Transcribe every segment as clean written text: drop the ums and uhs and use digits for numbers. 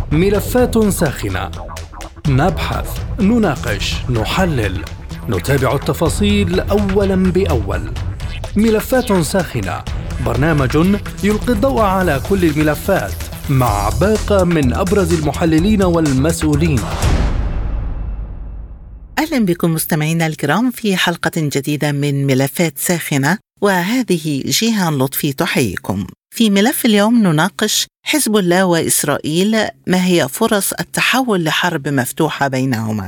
ملفات ساخنة، نبحث، نناقش، نحلل، نتابع التفاصيل أولاً بأول. ملفات ساخنة، برنامج يلقي الضوء على كل الملفات مع باقة من أبرز المحللين والمسؤولين. أهلا بكم مستمعينا الكرام في حلقة جديدة من ملفات ساخنة، وهذه جيهان لطفي تحييكم. في ملف اليوم نناقش حزب الله وإسرائيل، ما هي فرص التحول لحرب مفتوحة بينهما؟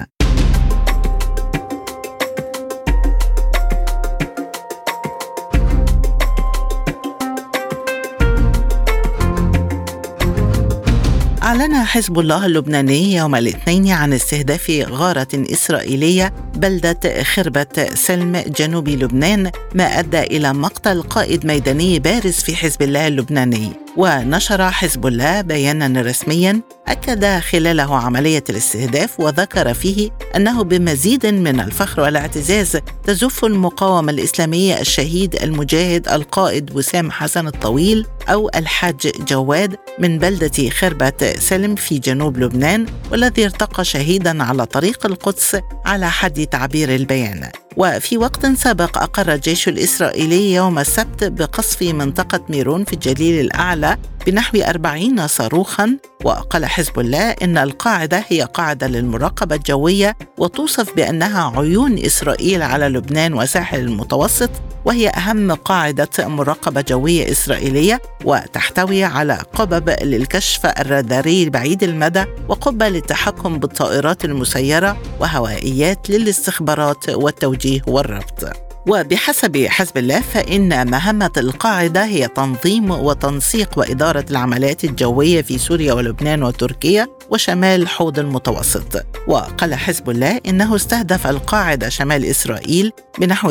أعلن حزب الله اللبناني يوم الاثنين عن استهداف غارة إسرائيلية بلدة خربة سلم جنوب لبنان، ما أدى إلى مقتل قائد ميداني بارز في حزب الله اللبناني. ونشر حزب الله بيانا رسميا أكد خلاله عملية الاستهداف، وذكر فيه أنه بمزيد من الفخر والاعتزاز تزف المقاومة الإسلامية الشهيد المجاهد القائد وسام حسن الطويل أو الحاج جواد من بلدة خربة سلم في جنوب لبنان، والذي ارتقى شهيدا على طريق القدس على حد تعبير البيان. وفي وقت سابق أقر الجيش الإسرائيلي يوم السبت بقصف منطقة ميرون في الجليل الأعلى بنحو 40 صاروخا. وقال حزب الله إن القاعدة هي قاعدة للمراقبة الجوية، وتوصف بأنها عيون إسرائيل على لبنان وساحل المتوسط، وهي أهم قاعدة مراقبة جوية إسرائيلية، وتحتوي على قبب للكشف الراداري بعيد المدى، وقبة للتحكم بالطائرات المسيرة، وهوائيات للاستخبارات والتوجيه والربط. وبحسب حزب الله فإن مهمة القاعدة هي تنظيم وتنسيق وإدارة العمليات الجوية في سوريا ولبنان وتركيا وشمال حوض المتوسط. وقال حزب الله إنه استهدف القاعدة شمال إسرائيل بنحو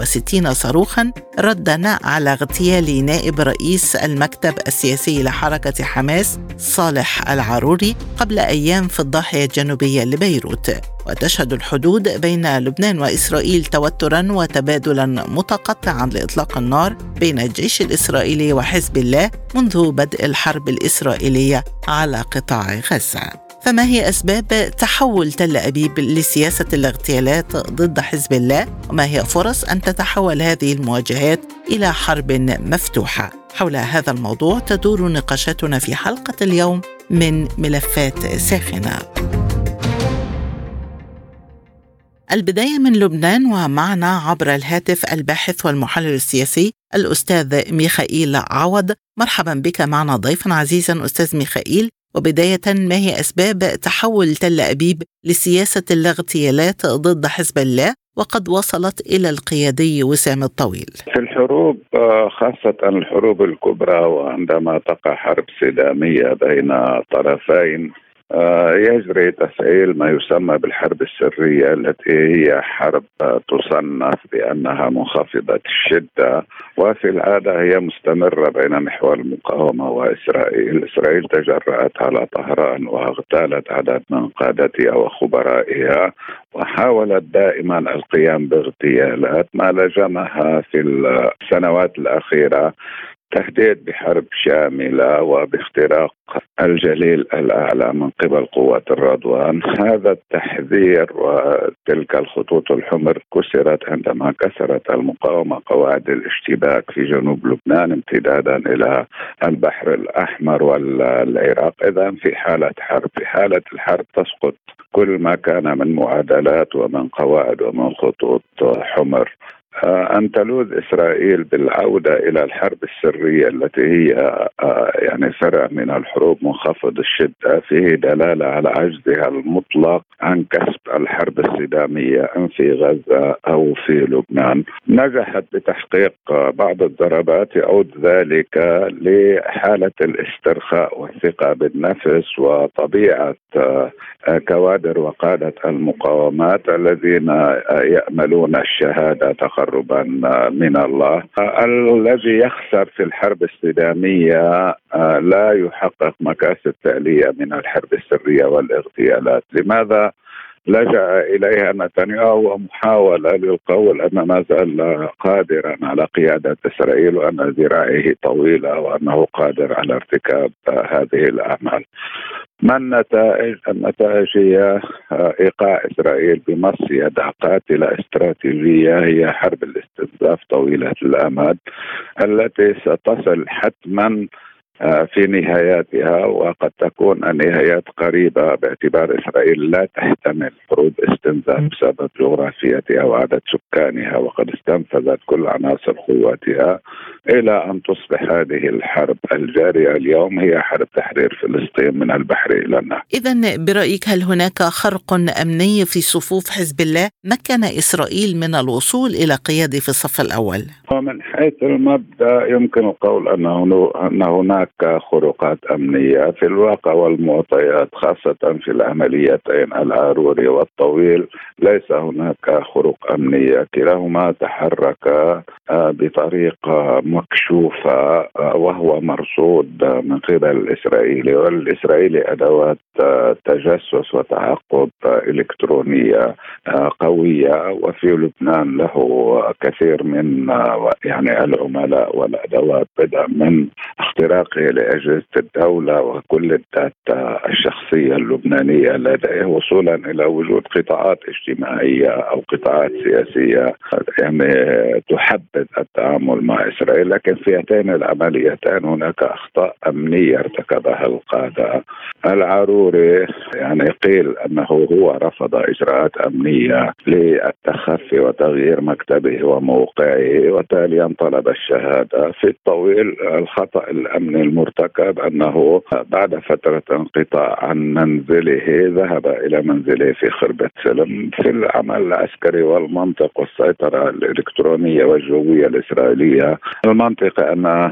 62 صاروخا ردا على اغتيال نائب رئيس المكتب السياسي لحركة حماس صالح العاروري قبل أيام في الضاحية الجنوبية لبيروت. وتشهد الحدود بين لبنان وإسرائيل توتراً وتبادلاً متقطعاً لإطلاق النار بين الجيش الإسرائيلي وحزب الله منذ بدء الحرب الإسرائيلية على قطاع غزة. فما هي أسباب تحول تل أبيب لسياسة الاغتيالات ضد حزب الله؟ وما هي فرص أن تتحول هذه المواجهات إلى حرب مفتوحة؟ حول هذا الموضوع تدور نقاشاتنا في حلقة اليوم من ملفات ساخنة. البداية من لبنان، ومعنا عبر الهاتف الباحث والمحلل السياسي الأستاذ ميخائيل عوض. مرحبا بك معنا ضيفا عزيزا أستاذ ميخائيل. وبداية، ما هي أسباب تحول تل أبيب لسياسة الاغتيالات ضد حزب الله وقد وصلت إلى القيادي وسام الطويل؟ في الحروب، خاصة الحروب الكبرى، وعندما تقع حرب صدامية بين طرفين، يجري تفعيل ما يسمى بالحرب السرية، التي هي حرب تصنف بأنها منخفضة الشدة، وفي العادة هي مستمرة بين محور المقاومة وإسرائيل. إسرائيل تجرأت على طهران واغتالت عدد من قادتها وخبرائها، وحاولت دائما القيام باغتيالات، ما لجمها في السنوات الأخيرة تهديد بحرب شاملة وباختراق الجليل الأعلى من قبل قوات الرضوان. هذا التحذير وتلك الخطوط الحمر كسرت عندما كسرت المقاومة قواعد الاشتباك في جنوب لبنان امتدادا إلى البحر الأحمر والعراق. إذن في حالة حرب، في حالة الحرب تسقط كل ما كان من معادلات ومن قواعد ومن خطوط حمر. أن تلوذ إسرائيل بالعودة إلى الحرب السرية التي هي يعني فرع من الحروب منخفض الشدة فيه دلالة على عجزها المطلق عن كسب الحرب الصدامية إن في غزة أو في لبنان. نجحت بتحقيق بعض الضربات يعود ذلك لحالة الاسترخاء والثقة بالنفس وطبيعة كوادر وقادة المقاومات الذين يأملون الشهادة تقربا من الله. الذي يخسر في الحرب الصدامية لا يحقق مكاسب فعلية من الحرب السرية والاغتيالات. لماذا لجأ إليها نتنياهو ومحاولة للقول أن ما زال قادرا على قيادة إسرائيل وأن ذراعه طويلة وأنه قادر على ارتكاب هذه الأعمال؟ ما النتائج؟ النتائج هي إيقاع إسرائيل بمص يد قاتلة استراتيجية، هي حرب الاستنزاف طويلة الأمد التي ستصل حتما في نهاياتها، وقد تكون النهايات قريبة باعتبار إسرائيل لا تحتمل حروب استنزاف بسبب جغرافيتها وعدد سكانها، وقد استنفذت كل عناصر قوتها إلى أن تصبح هذه الحرب الجارية اليوم هي حرب تحرير فلسطين من البحر إلى النهر. إذن برأيك هل هناك خرق أمني في صفوف حزب الله مكن إسرائيل من الوصول إلى قيادة في الصف الأول؟ ومن حيث المبدأ يمكن القول أن هناك خروقات أمنية في الواقع والمعطيات، خاصة في العمليتين العاروري والطويل ليس هناك خروق أمنية، كلاهما تحرك بطريقة مكشوفة وهو مرصود من قبل الإسرائيلي، والإسرائيلي أدوات تجسس وتعقب إلكترونية قوية، وفي لبنان له كثير من العملاء والأدوات، بدءا من اختراقه لأجهزة الدولة وكل الداتا الشخصية اللبنانية لديه، وصولا إلى وجود قطاعات اجتماعية أو قطاعات سياسية تحبذ التعامل مع إسرائيل. لكن في هاتين العمليتين هناك أخطاء أمنية ارتكبها القادة. العاروري قيل أنه هو رفض إجراءات أمنية للتخفي وتغيير مكتبه وموقعه، وتاليا طلب الشهادة. في الطويل الخطأ الأمني المرتكب أنه بعد فترة انقطاع عن منزله ذهب إلى منزله في خربة سلم. في العمل العسكري والمنطق والسيطرة الإلكترونية والجوية الإسرائيلية، المنطق أن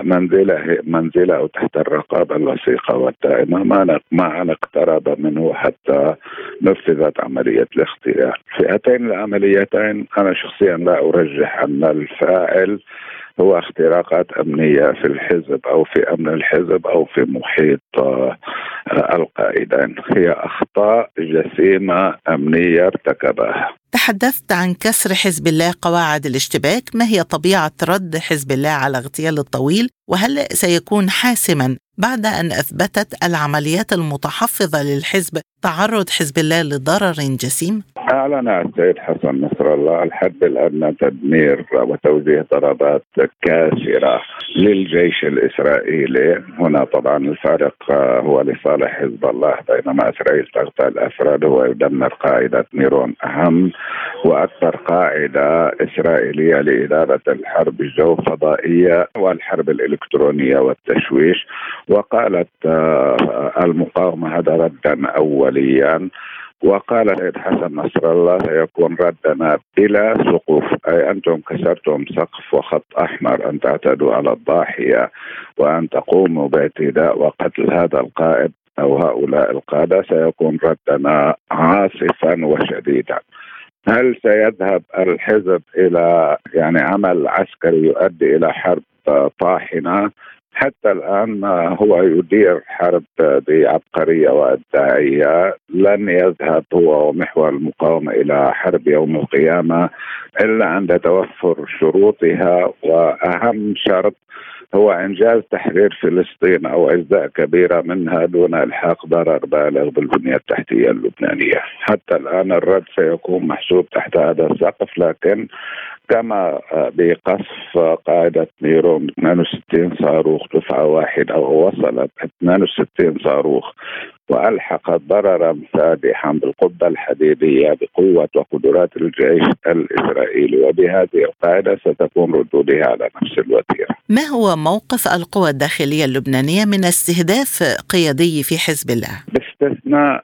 منزله تحت الرقابة اللصيقة والدائمة ما أن اقترب منه حتى نفذت عملية الاغتيال. في هاتين العمليتين أنا شخصيا لا أرجح أن الفاعل هو اختراقات أمنية في الحزب أو في أمن الحزب أو في محيط القائدين، هي أخطاء جسيمة أمنية ارتكبها. تحدثت عن كسر حزب الله قواعد الاشتباك، ما هي طبيعة رد حزب الله على اغتيال الطويل؟ وهل سيكون حاسما بعد أن أثبتت العمليات المتحفظة للحزب تعرض حزب الله لضرر جسيم؟ أعلن السيد حسن نصر الله الحد الأدنى تدمير وتوزيع ضربات كاسرة للجيش الإسرائيلي. هنا طبعا الفارق هو لصالح حزب الله، بينما إسرائيل تغتال أفراد هو يدمر قاعدة ميرون، أهم وأكثر قاعدة إسرائيلية لإدارة الحرب الجو فضائية والحرب الإلكترونية والتشويش. وقالت المقاومة هذا ردا أوليا، وقال السيد حسن نصر الله سيكون ردنا بلا سقوف، أي أنتم كسرتم سقف وخط أحمر أن تعتدوا على الضاحية وأن تقوموا باعتداء وقتل هذا القائد أو هؤلاء القادة، سيكون ردنا عاصفا وشديدا. هل سيذهب الحزب إلى عمل عسكري يؤدي إلى حرب طاحنة؟ حتى الآن هو يدير حرب بعبقرية وإبداعية، لن يذهب هو ومحور المقاومة إلى حرب يوم القيامة إلا عند توفر شروطها، وأهم شرط هو إنجاز تحرير فلسطين أو أجزاء كبيرة منها دون إلحاق ضرر بالغ بالبنية التحتية اللبنانية. حتى الآن الرد سيكون محسوب تحت هذا السقف، لكن كما بقصف قاعدة ميرون 62 صاروخ دفعة واحدة ووصلت 62 صاروخ وألحقت ضررا فادحا بالقبة الحديدية بقوة وقدرات الجيش الإسرائيلي، وبهذه القاعدة ستكون ردودها على نفس الوتيرة. ما هو موقف القوى الداخلية اللبنانية من استهداف قيادي في حزب الله؟ باستثناء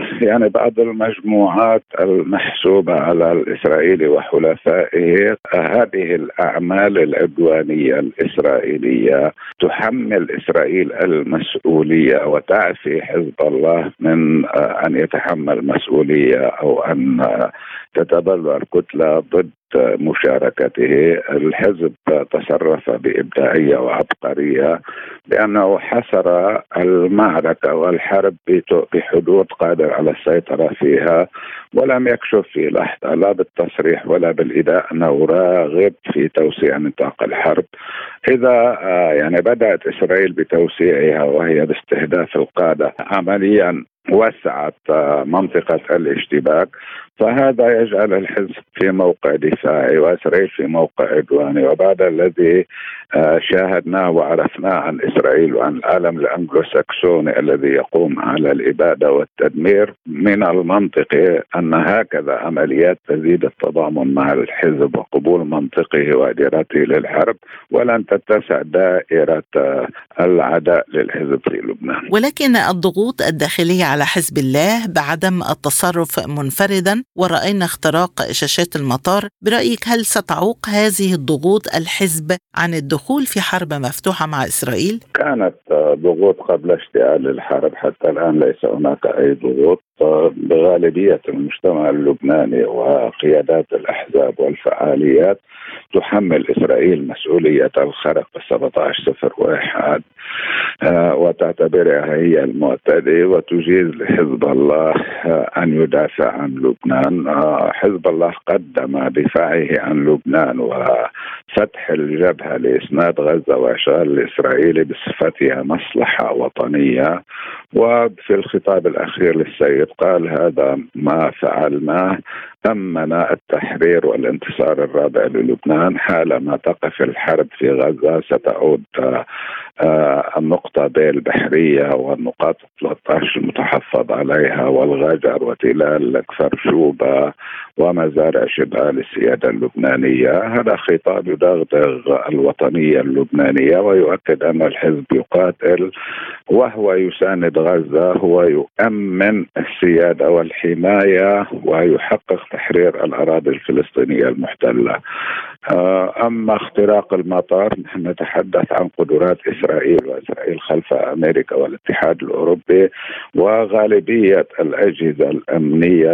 بعض المجموعات المحسوبة على الإسرائيلي وحلفائه، هذه الأعمال العدوانية الإسرائيلية تحمل إسرائيل المسؤولية وتعفي حزب الله من أن يتحمل مسؤولية أو أن تتبلور كتلة ضد مشاركته. الحزب تصرف بإبداعية وعبقرية لأنه حصر المعركة والحرب بحدود قادر على السيطرة فيها، ولم يكشف في لحظة لا بالتصريح ولا بالإداء أنه راغب في توسيع نطاق الحرب. إذا يعني بدأت إسرائيل بتوسيعها وهي باستهداف القادة، عمليا وسعت منطقة الاشتباك، فهذا يجعل الحزب في موقع دفاعي وإسرائيل في موقع عدواني. وبعد الذي شاهدناه وعرفناه عن إسرائيل وعن العالم الأنجلوساكسوني الذي يقوم على الإبادة والتدمير، من المنطقي أن هكذا عمليات تزيد التضامن مع الحزب وقبول منطقه وإدارته للحرب، ولن تتسع دائرة العداء للحزب في لبنان. ولكن الضغوط الداخلية على حزب الله بعدم التصرف منفردا، ورأينا اختراق شاشات المطار، برأيك هل ستعوق هذه الضغوط الحزب عن الدخول في حرب مفتوحة مع إسرائيل؟ كانت ضغوط قبل اشتعال الحرب، حتى الآن ليس هناك أي ضغوط. بغالبية المجتمع اللبناني وقيادات الأحزاب والفعاليات تحمل إسرائيل مسؤولية الخرق 1701 وتعتبرها هي المعتدي، وتجيز لحزب الله أن يدافع عن لبنان. حزب الله قدم دفاعه عن لبنان وفتح الجبهة لإسناد غزة وإشغال الإسرائيلي بصفتها مصلحة وطنية، وفي الخطاب الأخير للسيد قال هذا ما فعلناه أمنا التحرير والانتصار الرابع للبنان. حالما تقف الحرب في غزة ستعود النقطة ب البحرية والنقاط 13 المتحفظ عليها والغجر وتلال الكفر شوبة ومزارع شبال السيادة اللبنانية. هذا خطاب يدغدغ الوطنية اللبنانية ويؤكد أن الحزب يقاتل وهو يساند غزة، هو يؤمن السيادة والحماية ويحقق تحرير الأراضي الفلسطينية المحتلة. أما اختراق المطار، نحن نتحدث عن قدرات إسرائيل، وإسرائيل خلف أمريكا والاتحاد الأوروبي وغالبية الأجهزة الأمنية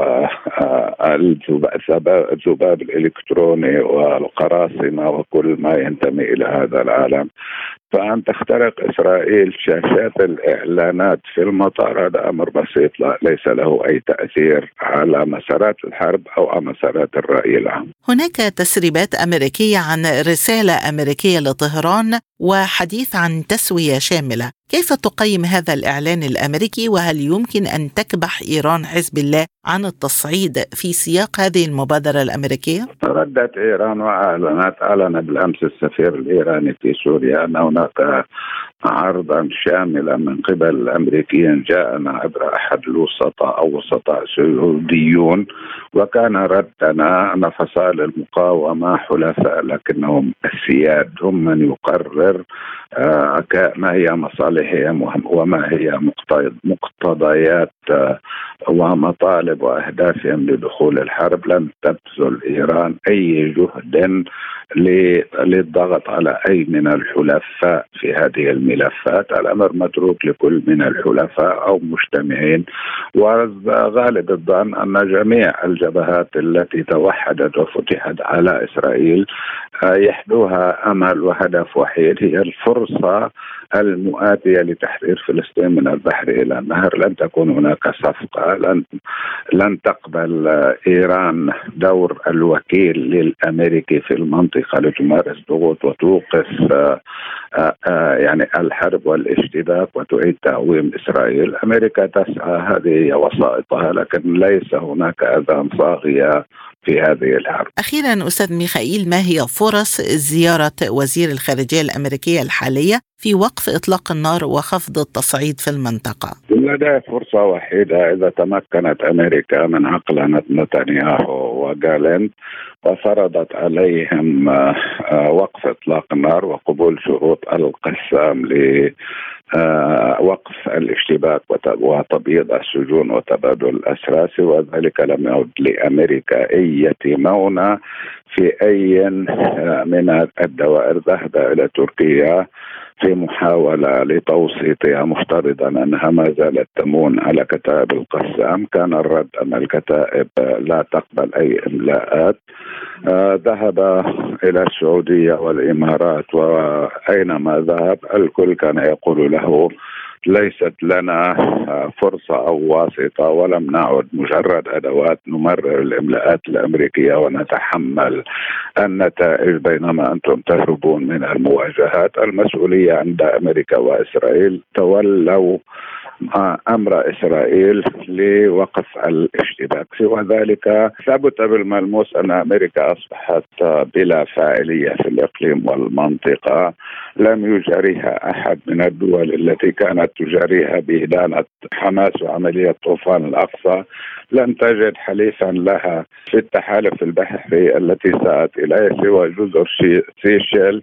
والذباب الإلكتروني والقراصنة وكل ما ينتمي إلى هذا العالم. فأن تخترق إسرائيل شاشات الإعلانات في المطار هذا أمر بسيط، ليس له أي تأثير على مسارات الحرب أو على مسارات الرأي العام. هناك تسريبات أمريكية عن رسالة أمريكية لطهران وحديث عن تسوية شاملة، كيف تقيم هذا الإعلان الأمريكي؟ وهل يمكن أن تكبح إيران حزب الله عن التصعيد في سياق هذه المبادرة الأمريكية؟ ردت إيران أعلن بالأمس السفير الإيراني في سوريا أن هناك عرضا شاملا من قبل الأمريكيين جاءنا عبر أحد الوسطاء أو وسطاء سعوديون، وكان ردنا أن فصائل المقاومة حلفاء لكنهم السياد، هم من يقرر ما هي مصالحهم وما هي مقتضيات ومطالب وأهدافهم لدخول الحرب. لن تبذل إيران أي جهد للضغط على أي من الحلفاء في هذه الملفات. الأمر متروك لكل من الحلفاء أو مجتمعين، وغالب الظن أن جميع الجبهات التي توحدت وفتحت على إسرائيل يحدوها أمل وهدف وحيد، هي الفرصة المؤاتية لتحرير فلسطين من البحر إلى النهر. لن تكون هناك صفقة، لن تقبل إيران دور الوكيل للأمريكي في المنطقة لتمارس ضغوط وتوقف يعني الحرب والاشتباك وتعيد تعويم إسرائيل. أمريكا تسعى، هذه وسائطها، لكن ليس هناك أذان صاغية في هذه الحرب. أخيرا أستاذ ميخائيل، ما هي فرص زيارة وزير الخارجية الأمريكية الحالية في وقف إطلاق النار وخفض التصعيد في المنطقة؟ لديها فرصة وحيدة إذا تمكنت أمريكا من عقلنة نتنياهو وجالنت وفرضت عليهم وقف إطلاق النار وقبول شروط القسام لوقف الاشتباك وتبييض السجون وتبادل الأسرى. وذلك لم يعد لأمريكا أي مونة في أي من الدوائر. ذهب إلى تركيا في محاولة لتوسيطها مفترضا أنها ما زالت تمون على كتائب القسام. كان الرد أن الكتائب لا تقبل أي إملاءات. ذهب إلى السعودية والإمارات، وأينما ذهب الكل كان يقول له ليست لنا فرصة أو واسطة، ولم نعد مجرد أدوات نمرر الإملاءات الأمريكية ونتحمل النتائج بينما أنتم تهربون من المواجهات. المسؤولية عند أمريكا وإسرائيل. تولوا أمر إسرائيل لوقف الاشتباك. سوى ذلك ثبت بالملموس أن أمريكا أصبحت بلا فاعلية في الإقليم والمنطقة. لم يجاريها أحد من الدول التي كانت تجاريها بإدانة حماس وعملية طوفان الأقصى. لم تجد حليفا لها في التحالف البحري التي ساءت إليه سوى جزر سيشيل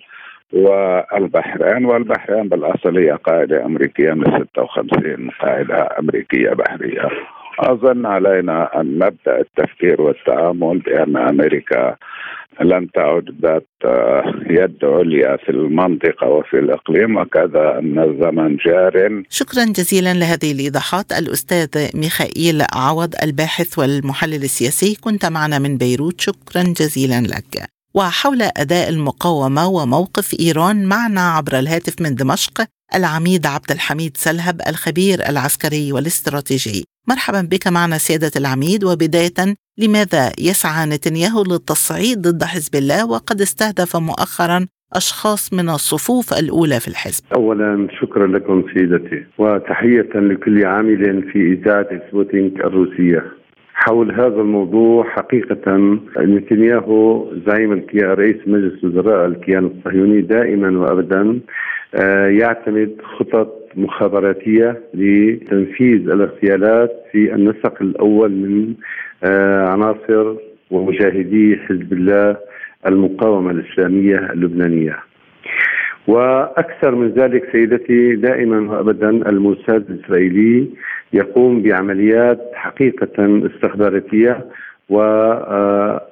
والبحرين بالأصل هي قاعدة أمريكية من 56 قاعدة أمريكية بحرية. أظن علينا أن نبدأ التفكير والتعامل بأن أمريكا لن تعد ذات يد عليا في المنطقة وفي الإقليم، وكذا أن الزمن جار. شكرا جزيلا لهذه الإيضاحات الأستاذ ميخائيل عوض، الباحث والمحلل السياسي، كنت معنا من بيروت. شكرا جزيلا لك. وحول أداء المقاومة وموقف إيران معنا عبر الهاتف من دمشق العميد عبد الحميد سلهب، الخبير العسكري والاستراتيجي. مرحبا بك معنا سيادة العميد. وبداية، لماذا يسعى نتنياهو للتصعيد ضد حزب الله وقد استهدف مؤخرا أشخاص من الصفوف الأولى في الحزب؟ أولا شكرا لكم سيدتي، وتحية لكل عامل في إذاعة سبوتينك الروسية. حول هذا الموضوع حقيقة نتنياهو زعيم رئيس مجلس وزراء الكيان الصهيوني دائما وأبدا يعتمد خطط مخابراتية لتنفيذ الاغتيالات في النسق الأول من عناصر ومجاهدي حزب الله المقاومة الإسلامية اللبنانية. وأكثر من ذلك سيدتي، دائما وأبدا الموساد الإسرائيلي يقوم بعمليات حقيقة استخباراتية ومحاولة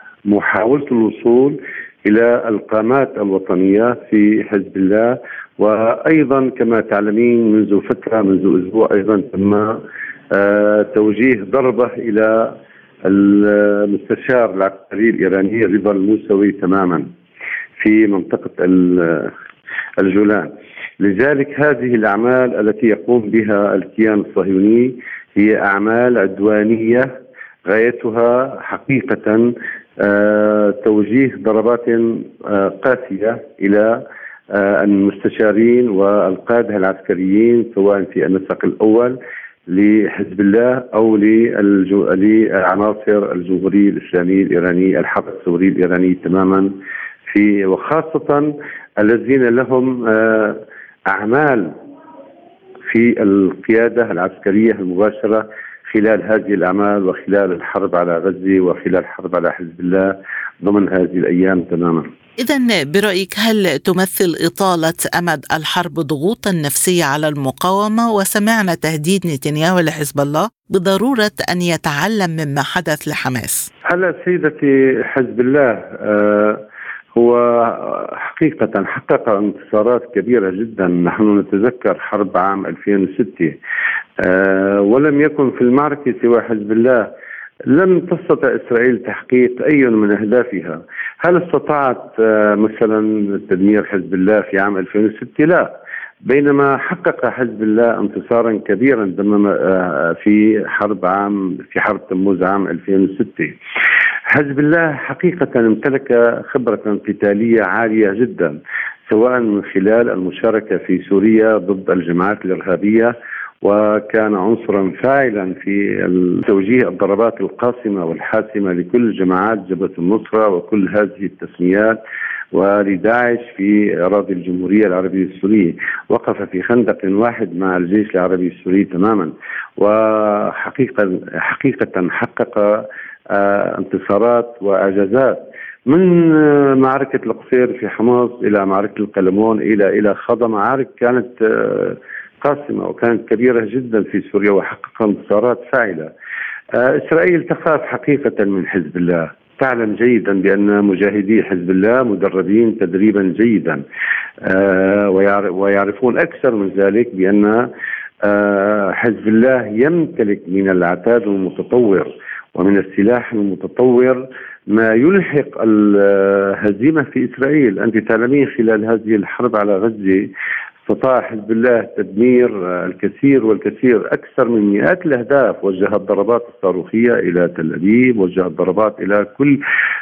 الوصول إلى القامات الوطنية في حزب الله. وأيضا كما تعلمين منذ فترة، منذ أسبوع أيضا تم توجيه ضربة إلى المستشار العسكري الإيراني رضا الموسوي تماما في منطقة الجولان. لذلك هذه الأعمال التي يقوم بها الكيان الصهيوني هي أعمال عدوانية غايتها حقيقة توجيه ضربات قاسية إلى المستشارين والقادة العسكريين سواء في النسق الأول لحزب الله أو لعناصر الجمهورية الإسلامية الإيرانية، الحرس الثوري الإيراني تماما، وخاصة الذين لهم أعمال في القيادة العسكرية المباشرة خلال هذه الأعمال وخلال الحرب على غزة وخلال الحرب على حزب الله ضمن هذه الأيام تماما. إذن برأيك هل تمثل إطالة أمد الحرب ضغوطا نفسية على المقاومة؟ وسمعنا تهديد نتنياهو لحزب الله بضرورة أن يتعلم مما حدث لحماس. هلا سيدتي، حزب الله هو حقيقة حقق انتصارات كبيرة جدا. نحن نتذكر حرب عام 2006 ولم يكن في المعركة سوى حزب الله. لم تستطع إسرائيل تحقيق أي من أهدافها. هل استطاعت مثلا تدمير حزب الله في عام 2006؟ لا. بينما حقق حزب الله انتصارا كبيرا في حرب تموز عام 2006. حزب الله حقيقة امتلك خبرة قتالية عالية جدا، سواء من خلال المشاركة في سوريا ضد الجماعات الإرهابية، وكان عنصرا فاعلا في توجيه الضربات القاصمة والحاسمة لكل جماعات جبهة النصرة وكل هذه التسميات ولداعش في أراضي الجمهورية العربية السورية. وقف في خندق واحد مع الجيش العربي السوري تماما، وحقيقة حقق انتصارات وإعجازات من معركة القصير في حمص إلى معركة القلمون إلى خاض معارك كانت قاسمة وكانت كبيرة جدا في سوريا وحقق انتصارات فاعلة. إسرائيل تخاف حقيقة من حزب الله، تعلم جيدا بأن مجاهدي حزب الله مدربين تدريبا جيدا، ويعرفون أكثر من ذلك بأن حزب الله يمتلك من العتاد المتطور ومن السلاح المتطور ما يلحق الهزيمة في إسرائيل. أنت تعلمين خلال هذه الحرب على غزة استطاع حزب الله تدمير الكثير والكثير، أكثر من مئات الأهداف. وجه الضربات الصاروخية إلى تل أبيب، وجه الضربات إلى كل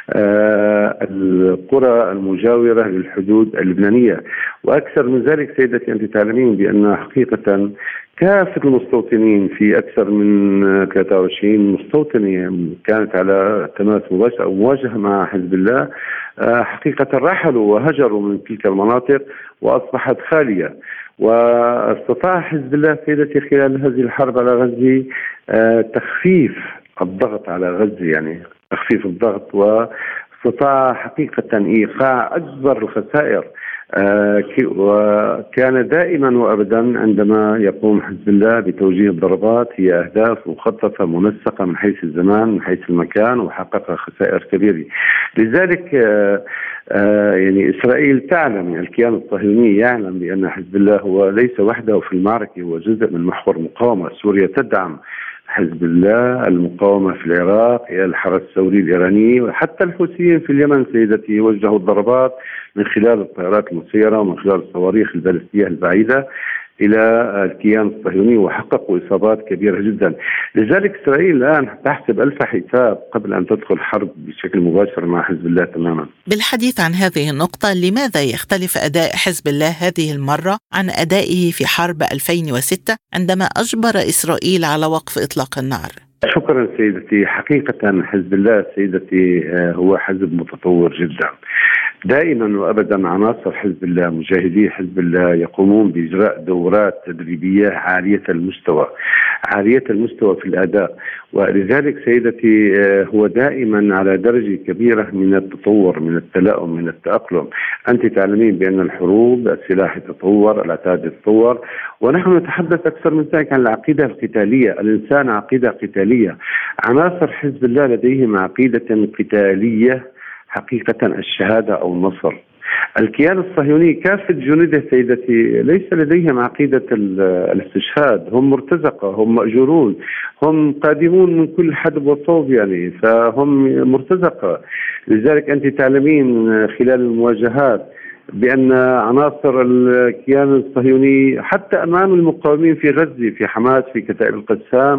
القرى المجاورة للحدود اللبنانية. وأكثر من ذلك سيدتي، أنت تعلمين بأن حقيقة كافة المستوطنين في أكثر من 23 مستوطنة كانت على تماس مباشر أو مواجهة مع حزب الله، حقيقة رحلوا وهجروا من تلك المناطق وأصبحت خالية. واستطاع حزب الله سيدتي خلال هذه الحرب على غزة تخفيف الضغط على غزة، يعني تخفيف الضغط، واستطاع حقيقة إيقاع أكبر الخسائر. وكان دائما وأبدا عندما يقوم حزب الله بتوجيه الضربات هي أهداف مخططة منسقة من حيث الزمان من حيث المكان، وحقق خسائر كبيرة. لذلك يعني إسرائيل تعلم، الكيان الصهيوني يعلم بأن حزب الله هو ليس وحده في المعركة، هو جزء من محور مقاومة. سوريا تدعم حزب الله، المقاومة في العراق، الحرس الثوري الإيراني، وحتى الحوثيين في اليمن سيدتي وجهوا الضربات من خلال الطائرات المسيرة ومن خلال الصواريخ البالستية البعيدة إلى الكيان الصهيوني، وحققوا إصابات كبيرة جدا. لذلك إسرائيل الآن تحسب ألف حساب قبل أن تدخل حرب بشكل مباشر مع حزب الله تماما. بالحديث عن هذه النقطة، لماذا يختلف أداء حزب الله هذه المرة عن أدائه في حرب 2006 عندما أجبر إسرائيل على وقف إطلاق النار؟ شكرا سيدتي. حقيقة حزب الله سيدتي هو حزب متطور جدا. دائما وابدا عناصر حزب الله، مجاهدي حزب الله، يقومون باجراء دورات تدريبيه عاليه المستوى، عاليه المستوى في الاداء. ولذلك سيدتي هو دائما على درجه كبيره من التطور، من التلاؤم، من التاقلم. انت تعلمين بان الحروب السلاح يتطور، العتاد يتطور، ونحن نتحدث اكثر من ذلك عن العقيده القتاليه. الانسان عقيده قتاليه. عناصر حزب الله لديهم عقيده قتاليه، حقيقة الشهادة أو النصر. الكيان الصهيوني كافة جنوده سيدتي ليس لديهم عقيدة الاستشهاد، هم مرتزقة، هم مأجورون، هم قادمون من كل حدب وصوب، يعني فهم مرتزقة. لذلك أنت تعلمين خلال المواجهات بأن عناصر الكيان الصهيوني حتى أمام المقاومين في غزة، في حماس، في كتائب القسام،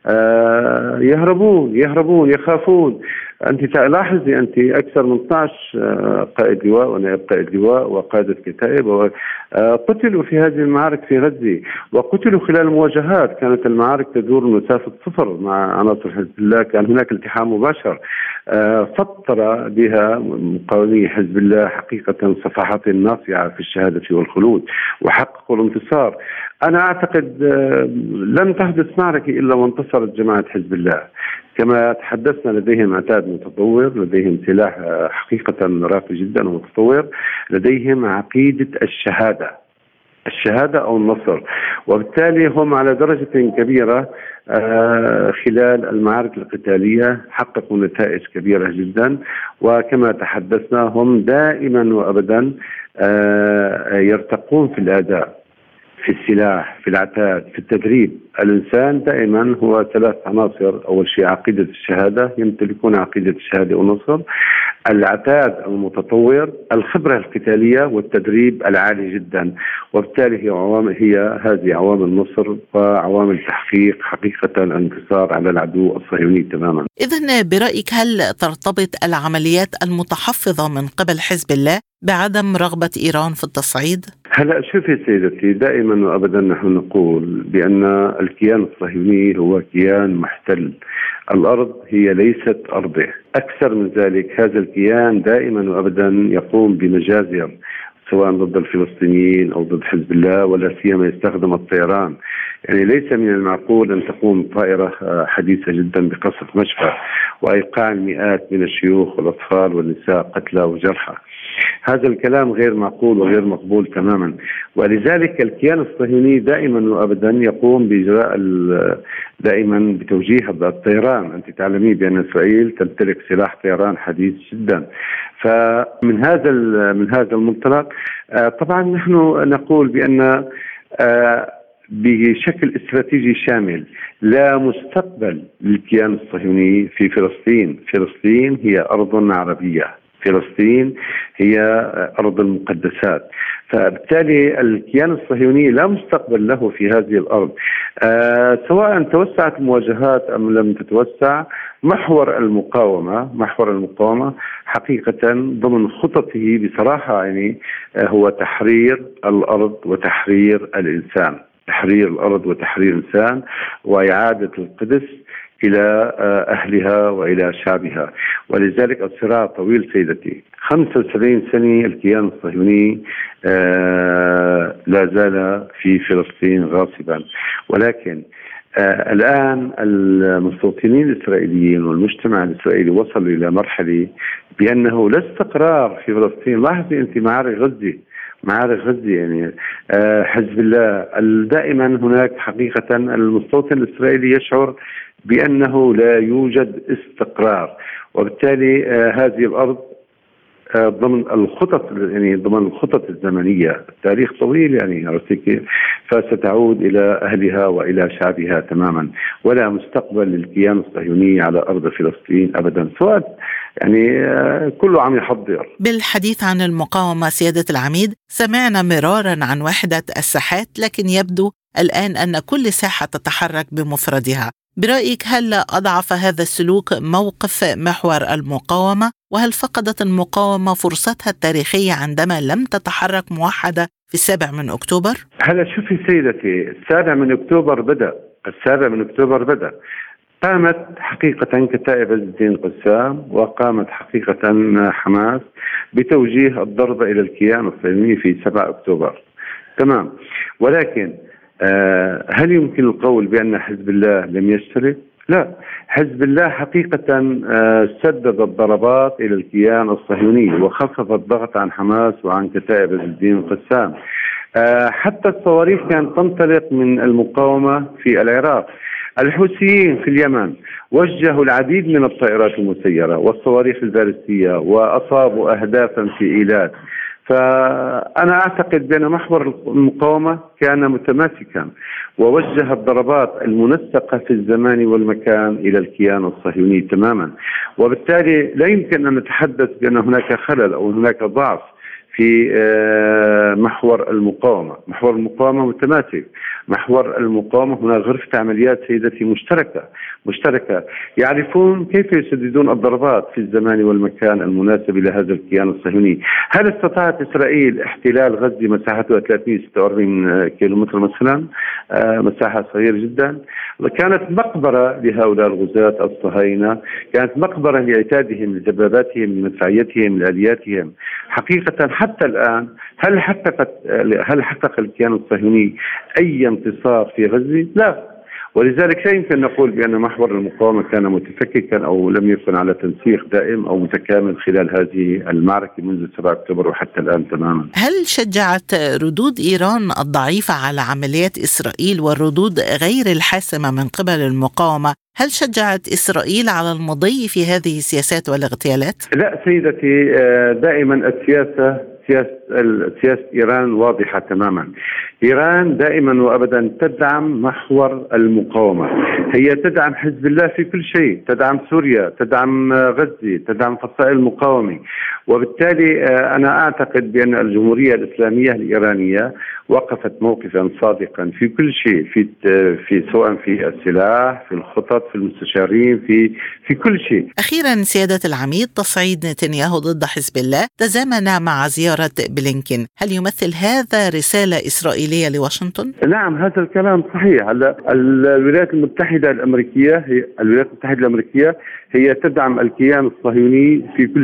يهربون يخافون. أنت لاحظي أنت أكثر من 12 قائد لواء ونائب قائد لواء وقادة كتائب قتلوا في هذه المعارك في غزة، وقتلوا خلال المواجهات. كانت المعارك تدور مسافة صفر مع عناصر حزب الله، كان هناك التحام مباشر فطر بها مقاومي حزب الله حقيقة صفحات ناصعة في الشهادة والخلود، وحققوا الانتصار. أنا أعتقد لم تحدث معركة إلا وانتصرت جماعة حزب الله. كما تحدثنا لديهم عتاد متطور، لديهم سلاح حقيقة راقي جدا ومتطور، لديهم عقيدة الشهادة أو النصر، وبالتالي هم على درجة كبيرة خلال المعارك القتالية حققوا نتائج كبيرة جدا. وكما تحدثنا هم دائما وأبدا يرتقون في الأداء، في السلاح، في العتاد، في التدريب. الإنسان دائما هو 3 عناصر. أول شيء عقيدة الشهادة، يمتلكون عقيدة الشهادة والنصر، العتاد المتطور، الخبرة القتالية، والتدريب العالي جدا. وبالتالي هي هذه عوامل النصر وعوامل تحقيق حقيقة الانتصار على العدو الصهيوني تماما. إذن برأيك هل ترتبط العمليات المتحفظة من قبل حزب الله بعدم رغبة إيران في التصعيد؟ هلا شوفي سيدتي، دائما وأبدا نحن نقول بأن الكيان الصهيوني هو كيان محتل. الأرض هي ليست أرضه. أكثر من ذلك، هذا الكيان دائما وأبدا يقوم بمجازر سواء ضد الفلسطينيين أو ضد حزب الله، ولا سيما يستخدم الطيران. يعني ليس من المعقول أن تقوم طائرة حديثة جدا بقصف مشفى وإيقاع المئات من الشيوخ والأطفال والنساء قتلى وجرحى. هذا الكلام غير معقول وغير مقبول تماما. ولذلك الكيان الصهيوني دائما وابدا يقوم باجراء دائما بتوجيه الطيران. انت تعلمين بان اسرائيل تمتلك سلاح طيران حديث جدا. فمن هذا المنطلق طبعا نحن نقول بان بشكل استراتيجي شامل لا مستقبل للكيان الصهيوني في فلسطين. فلسطين هي أرض عربية، فلسطين هي أرض المقدسات، فبالتالي الكيان الصهيوني لا مستقبل له في هذه الأرض. سواء توسعت المواجهات أم لم تتوسع، محور المقاومة حقيقة ضمن خططه بصراحة يعني هو تحرير الأرض وتحرير الإنسان، تحرير الأرض وتحرير الإنسان وإعادة القدس إلى أهلها وإلى شعبها. ولذلك الصراع طويل سيدتي، 75 سنة الكيان الصهيوني لا زال في فلسطين غاصبا، ولكن الآن المستوطنين الإسرائيليين والمجتمع الإسرائيلي وصلوا إلى مرحلة بأنه لا استقرار في فلسطين. لاحظي أنت معارك غزة يعني حزب الله دائما هناك حقيقة المستوطن الإسرائيلي يشعر بأنه لا يوجد استقرار، وبالتالي هذه الأرض ضمن الخطط الزمنية، التاريخ طويل يعني عرفتي كيف، فستعود إلى أهلها وإلى شعبها تماما، ولا مستقبل للكيان الصهيوني على أرض فلسطين أبدا. سواء يعني كله عم يحضر. بالحديث عن المقاومة سيادة العميد، سمعنا مرارا عن وحدة الساحات، لكن يبدو الآن أن كل ساحة تتحرك بمفردها. برأيك هل أضعف هذا السلوك موقف محور المقاومة؟ وهل فقدت المقاومة فرصتها التاريخية عندما لم تتحرك موحدة في 7 من أكتوبر؟ هلا شوفي سيدتي، 7 من أكتوبر بدأ قامت حقيقة كتائب عز الدين قسام، وقامت حقيقة حماس بتوجيه الضربة إلى الكيان الصهيوني في 7 أكتوبر، تمام. ولكن هل يمكن القول بأن حزب الله لم يشترك؟ لا، حزب الله حقيقة سدد الضربات إلى الكيان الصهيوني وخفف الضغط عن حماس وعن كتائب عز الدين قسام. حتى الصواريخ كانت تنطلق من المقاومة في العراق. الحوثيين في اليمن وجهوا العديد من الطائرات المسيرة والصواريخ البالستية وأصابوا أهدافا في إيلات. فأنا أعتقد بأن محور المقاومة كان متماسكا ووجه الضربات المنسقة في الزمان والمكان إلى الكيان الصهيوني تماما، وبالتالي لا يمكن أن نتحدث بأن هناك خلل أو هناك ضعف في محور المقاومة. محور المقاومة متماسك، محور المقاومة هنا غرفة عمليات سيدتي مشتركة يعرفون كيف يسددون الضربات في الزمان والمكان المناسب إلى هذا الكيان الصهيوني. هل استطاعت إسرائيل احتلال غزة مساحتها 346 كيلومتر مثلا؟ مساحة صغيرة جدا. كانت مقبرة لهؤلاء الغزاة الصهاينة، كانت مقبرة لعتادهم، لدباباتهم، لمدفعيتهم، لآلياتهم. حقيقة حتى الآن هل حقق الكيان الصهيوني أي انتصار في غزة؟ لا. ولذلك لا يمكن نقول بأن محور المقاومة كان متفككا أو لم يكن على تنسيق دائم أو متكامل خلال هذه المعركة منذ 7 أكتوبر وحتى الآن تماما. هل شجعت ردود إيران الضعيفة على عمليات إسرائيل والردود غير الحاسمة من قبل المقاومة، هل شجعت إسرائيل على المضي في هذه السياسات والاغتيالات؟ لا سيدتي، دائما سياسة إيران واضحة تماما. إيران دائما وأبدا تدعم محور المقاومة، هي تدعم حزب الله في كل شيء، تدعم سوريا، تدعم غزة، تدعم فصائل المقاومة. وبالتالي أنا أعتقد بأن الجمهورية الإسلامية الإيرانية وقفت موقفا صادقا في كل شيء، في سواء في السلاح، في الخطط، في المستشارين، في كل شيء. أخيرا سيادة العميد، تصعيد نتنياهو ضد حزب الله تزامن مع زيارة بلينكين، هل يمثل هذا رسالة إسرائيلية لواشنطن؟ نعم، هذا الكلام صحيح. الولايات المتحدة الأمريكية هي تدعم الكيان الصهيوني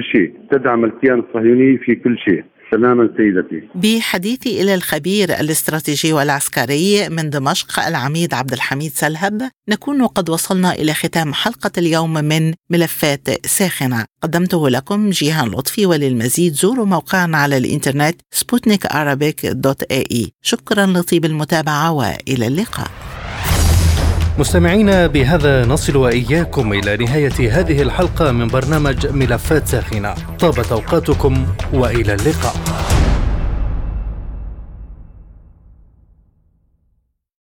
في كل شيء، تماما سيدتي. بحديثي إلى الخبير الاستراتيجي والعسكري من دمشق العميد عبد الحميد سلهب، نكون قد وصلنا إلى ختام حلقة اليوم من ملفات ساخنة. قدمته لكم جيهان لطفي، وللمزيد زوروا موقعنا على الإنترنت sputnikarabic.ae. شكرا لطيب المتابعة وإلى اللقاء. مستمعينا، بهذا نصل وإياكم إلى نهاية هذه الحلقة من برنامج ملفات ساخنة. طابت أوقاتكم وإلى اللقاء.